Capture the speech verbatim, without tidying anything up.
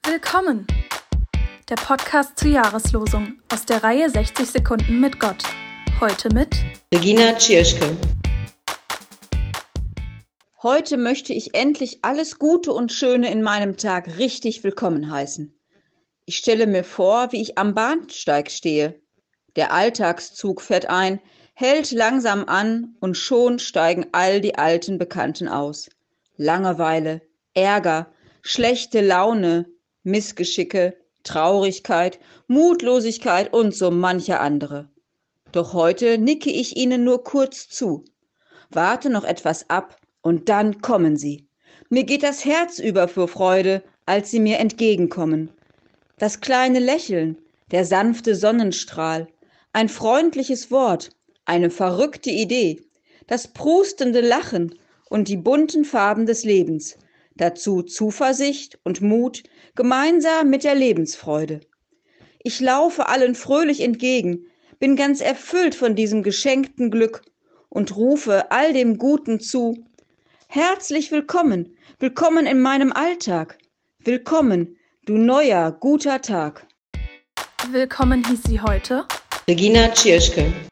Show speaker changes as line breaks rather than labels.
Willkommen! Der Podcast zur Jahreslosung aus der Reihe sechzig Sekunden mit Gott. Heute mit
Regina Tschirschke.
Heute möchte ich endlich alles Gute und Schöne in meinem Tag richtig willkommen heißen. Ich stelle mir vor, wie ich am Bahnsteig stehe. Der Alltagszug fährt ein, hält langsam an und schon steigen all die alten Bekannten aus. Langeweile, Ärger, schlechte Laune, Missgeschicke, Traurigkeit, Mutlosigkeit und so mancher andere. Doch heute nicke ich ihnen nur kurz zu, warte noch etwas ab und dann kommen sie. Mir geht das Herz über vor Freude, als sie mir entgegenkommen. Das kleine Lächeln, der sanfte Sonnenstrahl, ein freundliches Wort, eine verrückte Idee, das prustende Lachen und die bunten Farben des Lebens, dazu Zuversicht und Mut, gemeinsam mit der Lebensfreude. Ich laufe allen fröhlich entgegen, bin ganz erfüllt von diesem geschenkten Glück und rufe all dem Guten zu: Herzlich willkommen, willkommen in meinem Alltag, willkommen, du neuer, guter Tag.
Willkommen hieß sie heute
Regina Tschirschke.